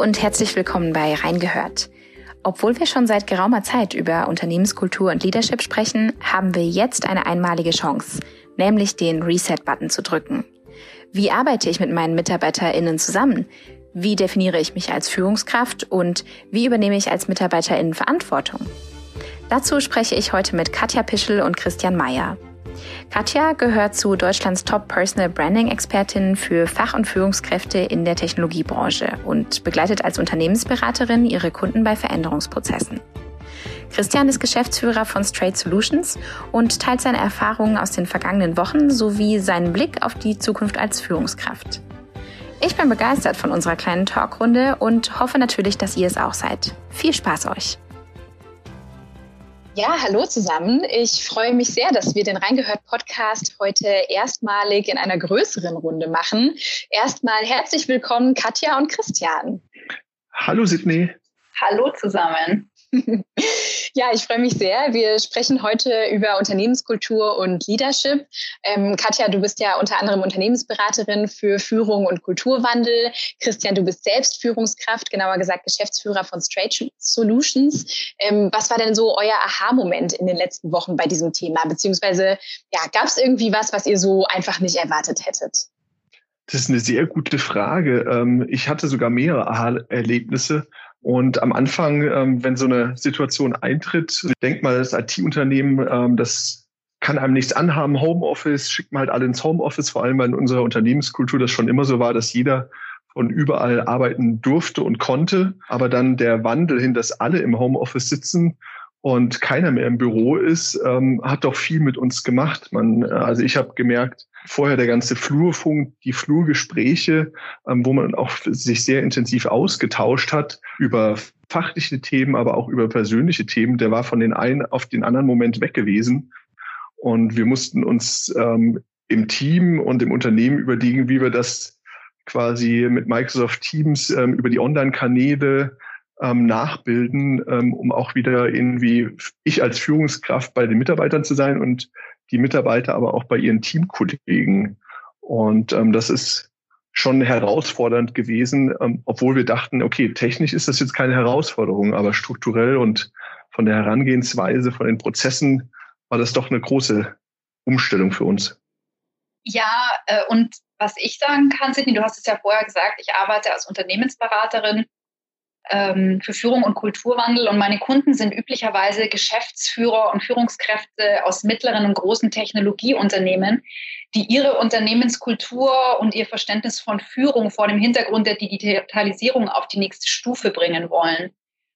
und herzlich willkommen bei Reingehört. Obwohl wir schon seit geraumer Zeit über Unternehmenskultur und Leadership sprechen, haben wir jetzt eine einmalige Chance, nämlich den Reset-Button zu drücken. Wie arbeite ich mit meinen MitarbeiterInnen zusammen? Wie definiere ich mich als Führungskraft und wie übernehme ich als MitarbeiterInnen Verantwortung? Dazu spreche ich heute mit Katja Pischel und Christian Meyer. Katja gehört zu Deutschlands Top Personal Branding Expertinnen für Fach- und Führungskräfte in der Technologiebranche und begleitet als Unternehmensberaterin ihre Kunden bei Veränderungsprozessen. Christian ist Geschäftsführer von Straight Solutions und teilt seine Erfahrungen aus den vergangenen Wochen sowie seinen Blick auf die Zukunft als Führungskraft. Ich bin begeistert von unserer kleinen Talkrunde und hoffe natürlich, dass ihr es auch seid. Viel Spaß euch! Ja, hallo zusammen. Ich freue mich sehr, dass wir den Reingehört-Podcast heute erstmalig in einer größeren Runde machen. Erstmal herzlich willkommen, Katja und Christian. Hallo Sydney. Hallo zusammen. Ja, ich freue mich sehr. Wir sprechen heute über Unternehmenskultur und Leadership. Katja, du bist ja unter anderem Unternehmensberaterin für Führung und Kulturwandel. Christian, du bist selbst Führungskraft, genauer gesagt Geschäftsführer von Straight Solutions. Was war denn so euer Aha-Moment in den letzten Wochen bei diesem Thema? Beziehungsweise gab es irgendwie was ihr so einfach nicht erwartet hättet? Das ist eine sehr gute Frage. Ich hatte sogar mehrere Aha-Erlebnisse. Und am Anfang, wenn so eine Situation eintritt, denkt mal, das IT-Unternehmen, das kann einem nichts anhaben. Homeoffice, schickt man halt alle ins Homeoffice, vor allem weil in unserer Unternehmenskultur das schon immer so war, dass jeder von überall arbeiten durfte und konnte. Aber dann der Wandel hin, dass alle im Homeoffice sitzen und keiner mehr im Büro ist, hat doch viel mit uns gemacht. Also ich habe gemerkt, vorher der ganze Flurfunk, die Flurgespräche, wo man auch sich sehr intensiv ausgetauscht hat über fachliche Themen, aber auch über persönliche Themen, der war von den einen auf den anderen Moment weg gewesen. Und wir mussten uns im Team und im Unternehmen überlegen, wie wir das quasi mit Microsoft Teams über die Online-Kanäle nachbilden, um auch wieder irgendwie ich als Führungskraft bei den Mitarbeitern zu sein und die Mitarbeiter aber auch bei ihren Teamkollegen. Und das ist schon herausfordernd gewesen, obwohl wir dachten, okay, technisch ist das jetzt keine Herausforderung, aber strukturell und von der Herangehensweise, von den Prozessen war das doch eine große Umstellung für uns. Ja, und was ich sagen kann, Sydney, du hast es ja vorher gesagt, ich arbeite als Unternehmensberaterin für Führung und Kulturwandel und meine Kunden sind üblicherweise Geschäftsführer und Führungskräfte aus mittleren und großen Technologieunternehmen, die ihre Unternehmenskultur und ihr Verständnis von Führung vor dem Hintergrund der Digitalisierung auf die nächste Stufe bringen wollen.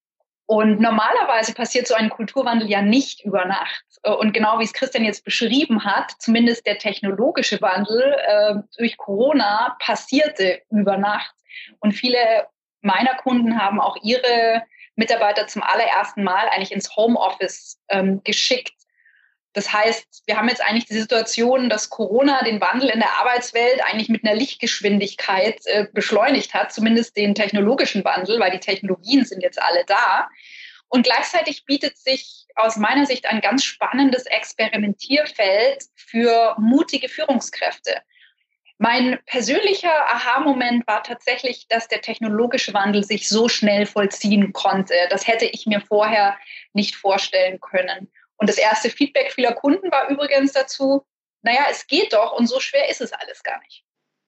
Und normalerweise passiert so ein Kulturwandel ja nicht über Nacht. Und genau wie es Christian jetzt beschrieben hat, zumindest der technologische Wandel durch Corona passierte über Nacht. Und viele meiner Kunden haben auch ihre Mitarbeiter zum allerersten Mal eigentlich ins Homeoffice geschickt. Das heißt, wir haben jetzt eigentlich die Situation, dass Corona den Wandel in der Arbeitswelt eigentlich mit einer Lichtgeschwindigkeit beschleunigt hat, zumindest den technologischen Wandel, weil die Technologien sind jetzt alle da. Und gleichzeitig bietet sich aus meiner Sicht ein ganz spannendes Experimentierfeld für mutige Führungskräfte. Mein persönlicher Aha-Moment war tatsächlich, dass der technologische Wandel sich so schnell vollziehen konnte. Das hätte ich mir vorher nicht vorstellen können. Und das erste Feedback vieler Kunden war übrigens dazu, naja, es geht doch und so schwer ist es alles gar nicht.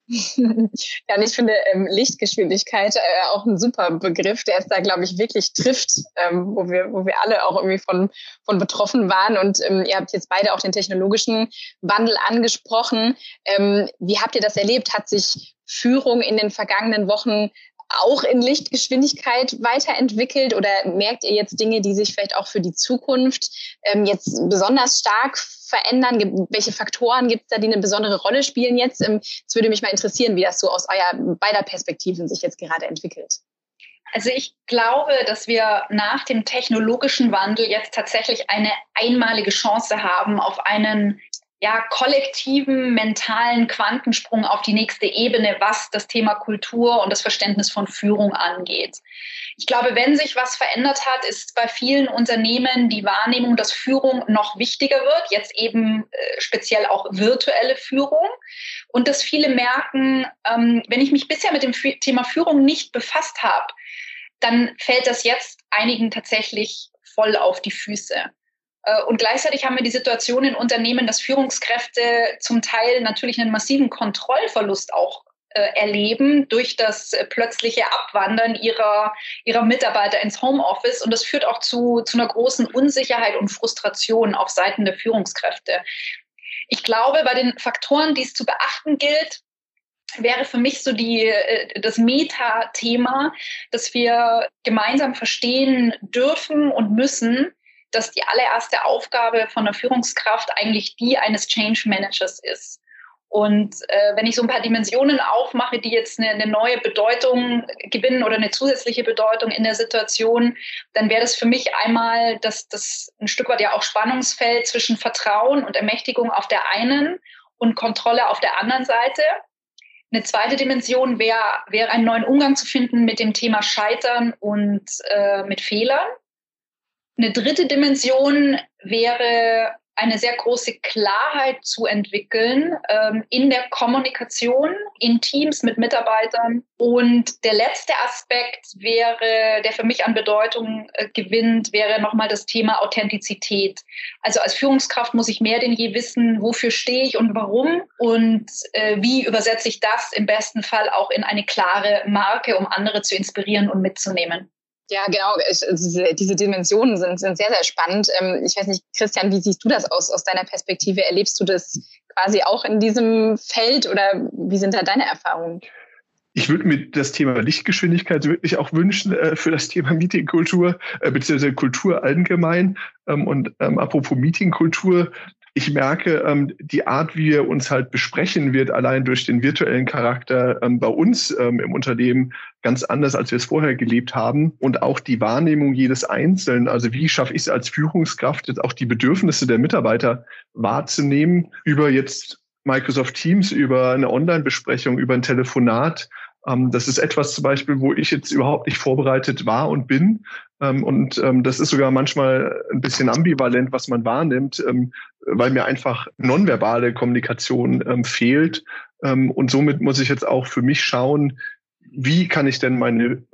Ja, und ich finde Lichtgeschwindigkeit auch ein super Begriff, der es da, glaube ich, wirklich trifft, wo wir alle auch irgendwie von betroffen waren. Und ihr habt jetzt beide auch den technologischen Wandel angesprochen. Wie habt ihr das erlebt? Hat sich Führung in den vergangenen Wochen auch in Lichtgeschwindigkeit weiterentwickelt oder merkt ihr jetzt Dinge, die sich vielleicht auch für die Zukunft jetzt besonders stark verändern? Welche Faktoren gibt es da, die eine besondere Rolle spielen jetzt? Es würde mich mal interessieren, wie das so aus beider Perspektiven sich jetzt gerade entwickelt. Also ich glaube, dass wir nach dem technologischen Wandel jetzt tatsächlich eine einmalige Chance haben auf einen kollektiven mentalen Quantensprung auf die nächste Ebene, was das Thema Kultur und das Verständnis von Führung angeht. Ich glaube, wenn sich was verändert hat, ist bei vielen Unternehmen die Wahrnehmung, dass Führung noch wichtiger wird, jetzt eben speziell auch virtuelle Führung. Und dass viele merken, wenn ich mich bisher mit dem Thema Führung nicht befasst habe, dann fällt das jetzt einigen tatsächlich voll auf die Füße. Und gleichzeitig haben wir die Situation in Unternehmen, dass Führungskräfte zum Teil natürlich einen massiven Kontrollverlust auch erleben durch das plötzliche Abwandern ihrer Mitarbeiter ins Homeoffice. Und das führt auch zu einer großen Unsicherheit und Frustration auf Seiten der Führungskräfte. Ich glaube, bei den Faktoren, die es zu beachten gilt, wäre für mich so das Meta-Thema, dass wir gemeinsam verstehen dürfen und müssen, dass die allererste Aufgabe von einer Führungskraft eigentlich die eines Change Managers ist. Und wenn ich so ein paar Dimensionen aufmache, die jetzt eine neue Bedeutung gewinnen oder eine zusätzliche Bedeutung in der Situation, dann wäre das für mich einmal das ein Stück weit ja auch Spannungsfeld zwischen Vertrauen und Ermächtigung auf der einen und Kontrolle auf der anderen Seite. Eine zweite Dimension wäre einen neuen Umgang zu finden mit dem Thema Scheitern und mit Fehlern. Eine dritte Dimension wäre eine sehr große Klarheit zu entwickeln in der Kommunikation, in Teams mit Mitarbeitern. Und der letzte Aspekt der für mich an Bedeutung gewinnt, wäre nochmal das Thema Authentizität. Also als Führungskraft muss ich mehr denn je wissen, wofür stehe ich und warum und wie übersetze ich das im besten Fall auch in eine klare Marke, um andere zu inspirieren und mitzunehmen. Ja, genau. Diese Dimensionen sind sehr, sehr spannend. Ich weiß nicht, Christian, wie siehst du das aus deiner Perspektive? Erlebst du das quasi auch in diesem Feld oder wie sind da deine Erfahrungen? Ich würde mir das Thema Lichtgeschwindigkeit wirklich auch wünschen für das Thema Meetingkultur, beziehungsweise Kultur allgemein. Und apropos Meetingkultur, ich merke, die Art, wie wir uns halt besprechen, wird allein durch den virtuellen Charakter bei uns im Unternehmen ganz anders, als wir es vorher gelebt haben. Und auch die Wahrnehmung jedes Einzelnen, also wie schaffe ich es als Führungskraft, jetzt auch die Bedürfnisse der Mitarbeiter wahrzunehmen, über jetzt Microsoft Teams, über eine Online-Besprechung, über ein Telefonat. Das ist etwas zum Beispiel, wo ich jetzt überhaupt nicht vorbereitet war und bin. Und das ist sogar manchmal ein bisschen ambivalent, was man wahrnimmt, weil mir einfach nonverbale Kommunikation fehlt. Und somit muss ich jetzt auch für mich schauen, wie kann ich denn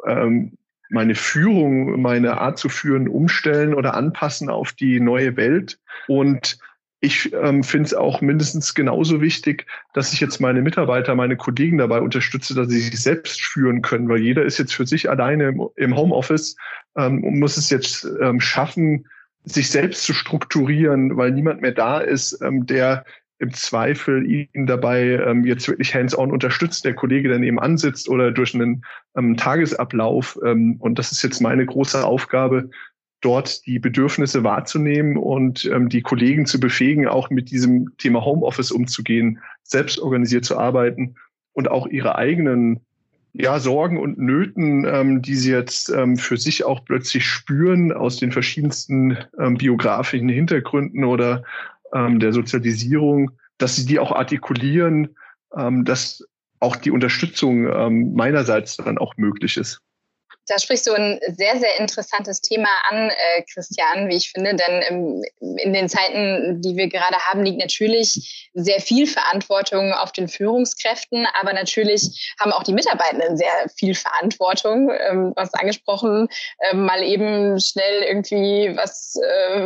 meine Führung, meine Art zu führen umstellen oder anpassen auf die neue Welt. Und ich finde es auch mindestens genauso wichtig, dass ich jetzt meine Mitarbeiter, meine Kollegen dabei unterstütze, dass sie sich selbst führen können, weil jeder ist jetzt für sich alleine im Homeoffice und muss es jetzt schaffen, sich selbst zu strukturieren, weil niemand mehr da ist, der im Zweifel ihn dabei jetzt wirklich hands-on unterstützt, der Kollege, der nebenan sitzt oder durch einen Tagesablauf. Und das ist jetzt meine große Aufgabe, dort die Bedürfnisse wahrzunehmen und die Kollegen zu befähigen, auch mit diesem Thema Homeoffice umzugehen, selbst organisiert zu arbeiten und auch ihre eigenen Sorgen und Nöten, die sie jetzt für sich auch plötzlich spüren aus den verschiedensten biografischen Hintergründen oder der Sozialisierung, dass sie die auch artikulieren, dass auch die Unterstützung meinerseits dann auch möglich ist. Da sprichst du ein sehr, sehr interessantes Thema an, Christian, wie ich finde, denn in den Zeiten, die wir gerade haben, liegt natürlich sehr viel Verantwortung auf den Führungskräften, aber natürlich haben auch die Mitarbeitenden sehr viel Verantwortung. Du hast angesprochen, mal eben schnell irgendwie was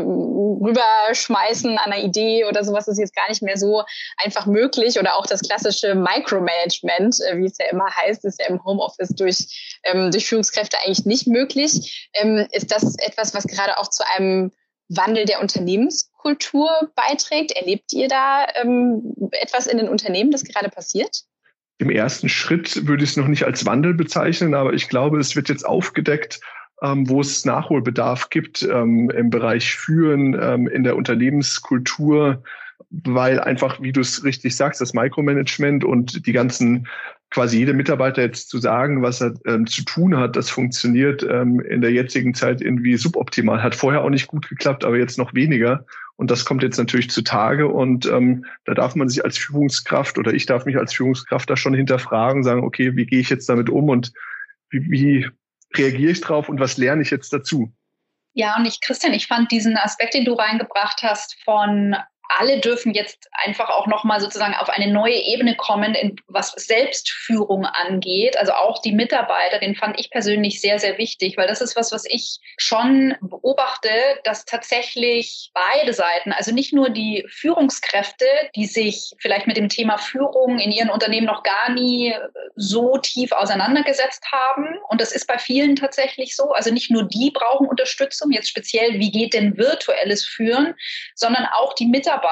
rüberschmeißen an einer Idee oder sowas ist jetzt gar nicht mehr so einfach möglich, oder auch das klassische Micromanagement, wie es ja immer heißt, ist ja im Homeoffice durch Führungskräfte eigentlich nicht möglich. Ist das etwas, was gerade auch zu einem Wandel der Unternehmenskultur beiträgt? Erlebt ihr da etwas in den Unternehmen, das gerade passiert? Im ersten Schritt würde ich es noch nicht als Wandel bezeichnen, aber ich glaube, es wird jetzt aufgedeckt, wo es Nachholbedarf gibt im Bereich Führen, in der Unternehmenskultur, weil einfach, wie du es richtig sagst, das Micromanagement und die ganzen quasi jeder Mitarbeiter jetzt zu sagen, was er zu tun hat, das funktioniert in der jetzigen Zeit irgendwie suboptimal. Hat vorher auch nicht gut geklappt, aber jetzt noch weniger. Und das kommt jetzt natürlich zutage. Und da darf man sich als Führungskraft oder ich darf mich als Führungskraft da schon hinterfragen, sagen, okay, wie gehe ich jetzt damit um und wie reagiere ich drauf und was lerne ich jetzt dazu? Ja, und Christian, ich fand diesen Aspekt, den du reingebracht hast, von alle dürfen jetzt einfach auch nochmal sozusagen auf eine neue Ebene kommen, was Selbstführung angeht. Also auch die Mitarbeiter, den fand ich persönlich sehr, sehr wichtig, weil das ist was ich schon beobachte, dass tatsächlich beide Seiten, also nicht nur die Führungskräfte, die sich vielleicht mit dem Thema Führung in ihren Unternehmen noch gar nie so tief auseinandergesetzt haben. Und das ist bei vielen tatsächlich so. Also nicht nur die brauchen Unterstützung, jetzt speziell, wie geht denn virtuelles Führen, sondern auch die Mitarbeiter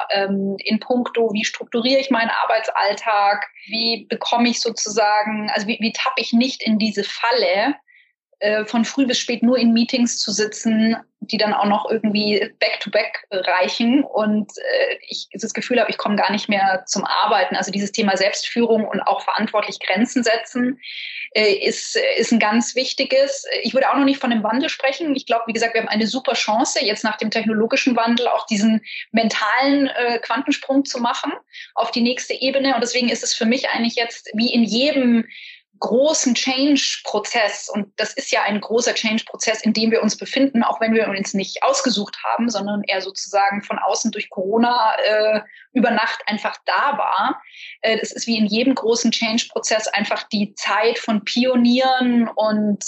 in puncto, wie strukturiere ich meinen Arbeitsalltag, wie bekomme ich sozusagen, also wie tappe ich nicht in diese Falle, von früh bis spät nur in Meetings zu sitzen, die dann auch noch irgendwie back-to-back reichen und ich das Gefühl habe, ich komme gar nicht mehr zum Arbeiten. Also dieses Thema Selbstführung und auch verantwortlich Grenzen setzen ist ein ganz wichtiges. Ich würde auch noch nicht von einem Wandel sprechen. Ich glaube, wie gesagt, wir haben eine super Chance, jetzt nach dem technologischen Wandel auch diesen mentalen Quantensprung zu machen auf die nächste Ebene. Und deswegen ist es für mich eigentlich jetzt wie in jedem großen Change-Prozess, und das ist ja ein großer Change-Prozess, in dem wir uns befinden, auch wenn wir uns nicht ausgesucht haben, sondern eher sozusagen von außen durch Corona über Nacht einfach da war. Das ist wie in jedem großen Change-Prozess einfach die Zeit von Pionieren und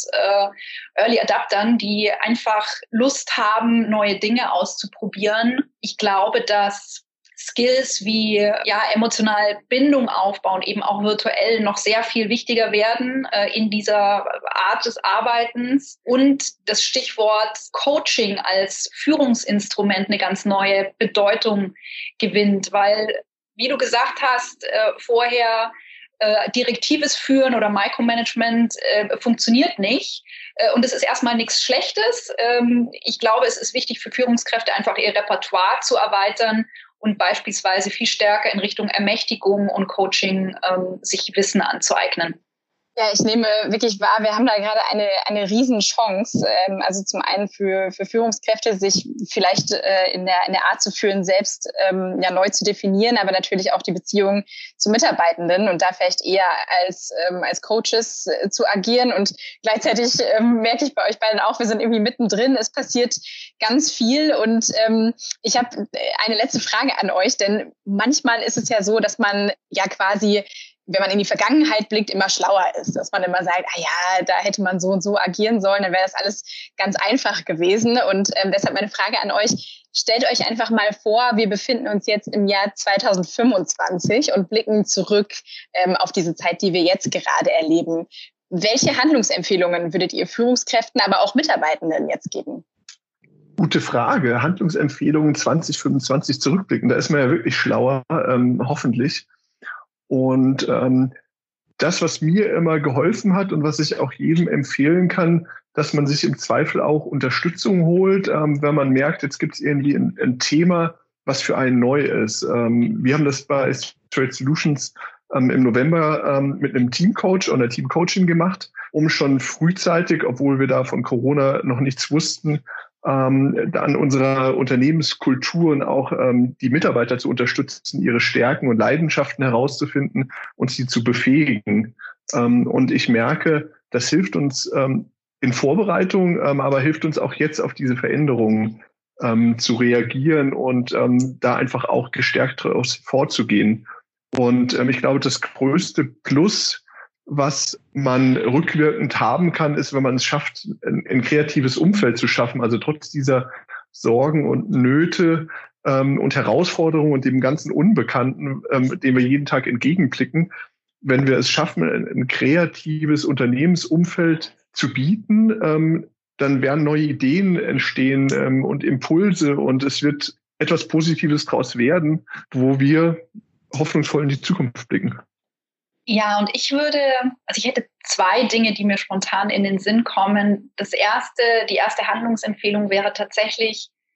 Early Adaptern, die einfach Lust haben, neue Dinge auszuprobieren. Ich glaube, dass Skills wie emotional Bindung aufbauen, eben auch virtuell noch sehr viel wichtiger werden in dieser Art des Arbeitens und das Stichwort Coaching als Führungsinstrument eine ganz neue Bedeutung gewinnt, weil, wie du gesagt hast, vorher direktives Führen oder Micromanagement funktioniert nicht. Und es ist erstmal nichts Schlechtes. Ich glaube, es ist wichtig für Führungskräfte, einfach ihr Repertoire zu erweitern und beispielsweise viel stärker in Richtung Ermächtigung und Coaching sich Wissen anzueignen. Ja, ich nehme wirklich wahr, wir haben da gerade eine Riesenchance. Also zum einen für Führungskräfte, sich vielleicht in der Art zu führen, selbst neu zu definieren, aber natürlich auch die Beziehung zu Mitarbeitenden und da vielleicht eher als Coaches zu agieren. Und gleichzeitig merke ich bei euch beiden auch, wir sind irgendwie mittendrin. Es passiert ganz viel und ich habe eine letzte Frage an euch, denn manchmal ist es ja so, dass man ja quasi, wenn man in die Vergangenheit blickt, immer schlauer ist. Dass man immer sagt, da hätte man so und so agieren sollen, dann wäre das alles ganz einfach gewesen. Und deshalb meine Frage an euch, stellt euch einfach mal vor, wir befinden uns jetzt im Jahr 2025 und blicken zurück auf diese Zeit, die wir jetzt gerade erleben. Welche Handlungsempfehlungen würdet ihr Führungskräften, aber auch Mitarbeitenden jetzt geben? Gute Frage. Handlungsempfehlungen 2025 zurückblicken. Da ist man ja wirklich schlauer, hoffentlich. Und das, was mir immer geholfen hat und was ich auch jedem empfehlen kann, dass man sich im Zweifel auch Unterstützung holt, wenn man merkt, jetzt gibt es irgendwie ein Thema, was für einen neu ist. Wir haben das bei Trade Solutions im November mit einem Teamcoach oder Teamcoaching gemacht, um schon frühzeitig, obwohl wir da von Corona noch nichts wussten, an unserer Unternehmenskultur und auch die Mitarbeiter zu unterstützen, ihre Stärken und Leidenschaften herauszufinden und sie zu befähigen. Und ich merke, das hilft uns in Vorbereitung, aber hilft uns auch jetzt auf diese Veränderungen zu reagieren und da einfach auch gestärkt daraus vorzugehen. Und ich glaube, das größte Plus, was man rückwirkend haben kann, ist, wenn man es schafft, ein kreatives Umfeld zu schaffen. Also trotz dieser Sorgen und Nöte und Herausforderungen und dem ganzen Unbekannten, dem wir jeden Tag entgegenblicken, wenn wir es schaffen, ein kreatives Unternehmensumfeld zu bieten, dann werden neue Ideen entstehen und Impulse und es wird etwas Positives daraus werden, wo wir hoffnungsvoll in die Zukunft blicken. Ja, und ich hätte 2 Dinge, die mir spontan in den Sinn kommen. Die erste Handlungsempfehlung wäre tatsächlich,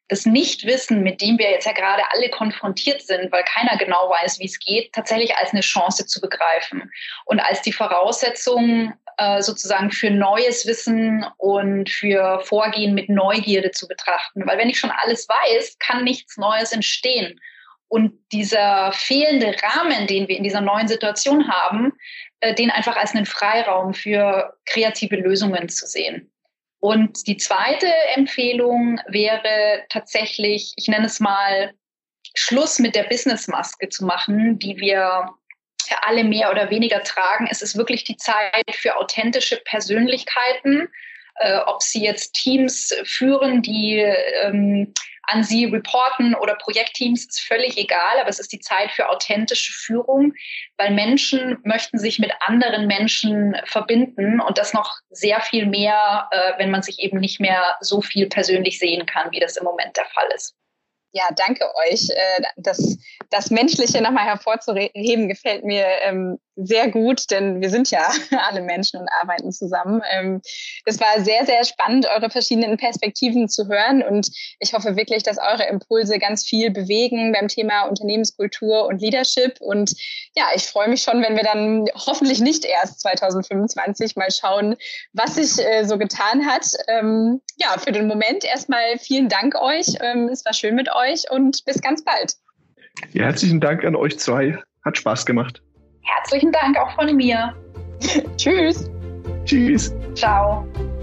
das Nichtwissen, mit dem wir jetzt ja gerade alle konfrontiert sind, weil keiner genau weiß, wie es geht, tatsächlich als eine Chance zu begreifen und als die Voraussetzung sozusagen für neues Wissen und für Vorgehen mit Neugierde zu betrachten. Weil wenn ich schon alles weiß, kann nichts Neues entstehen. Und dieser fehlende Rahmen, den wir in dieser neuen Situation haben, den einfach als einen Freiraum für kreative Lösungen zu sehen. Und die zweite Empfehlung wäre tatsächlich, ich nenne es mal, Schluss mit der Businessmaske zu machen, die wir alle mehr oder weniger tragen. Es ist wirklich die Zeit für authentische Persönlichkeiten, ob sie jetzt Teams führen, die an sie reporten oder Projektteams, ist völlig egal, aber es ist die Zeit für authentische Führung, weil Menschen möchten sich mit anderen Menschen verbinden und das noch sehr viel mehr, wenn man sich eben nicht mehr so viel persönlich sehen kann, wie das im Moment der Fall ist. Ja, danke euch. Das Menschliche nochmal hervorzuheben, gefällt mir sehr gut, denn wir sind ja alle Menschen und arbeiten zusammen. Es war sehr, sehr spannend, eure verschiedenen Perspektiven zu hören und ich hoffe wirklich, dass eure Impulse ganz viel bewegen beim Thema Unternehmenskultur und Leadership. Und ja, ich freue mich schon, wenn wir dann hoffentlich nicht erst 2025 mal schauen, was sich so getan hat. Ja, für den Moment erstmal vielen Dank euch. Es war schön mit euch und bis ganz bald. Ja, herzlichen Dank an euch zwei. Hat Spaß gemacht. Herzlichen Dank auch von mir. Tschüss. Tschüss. Ciao.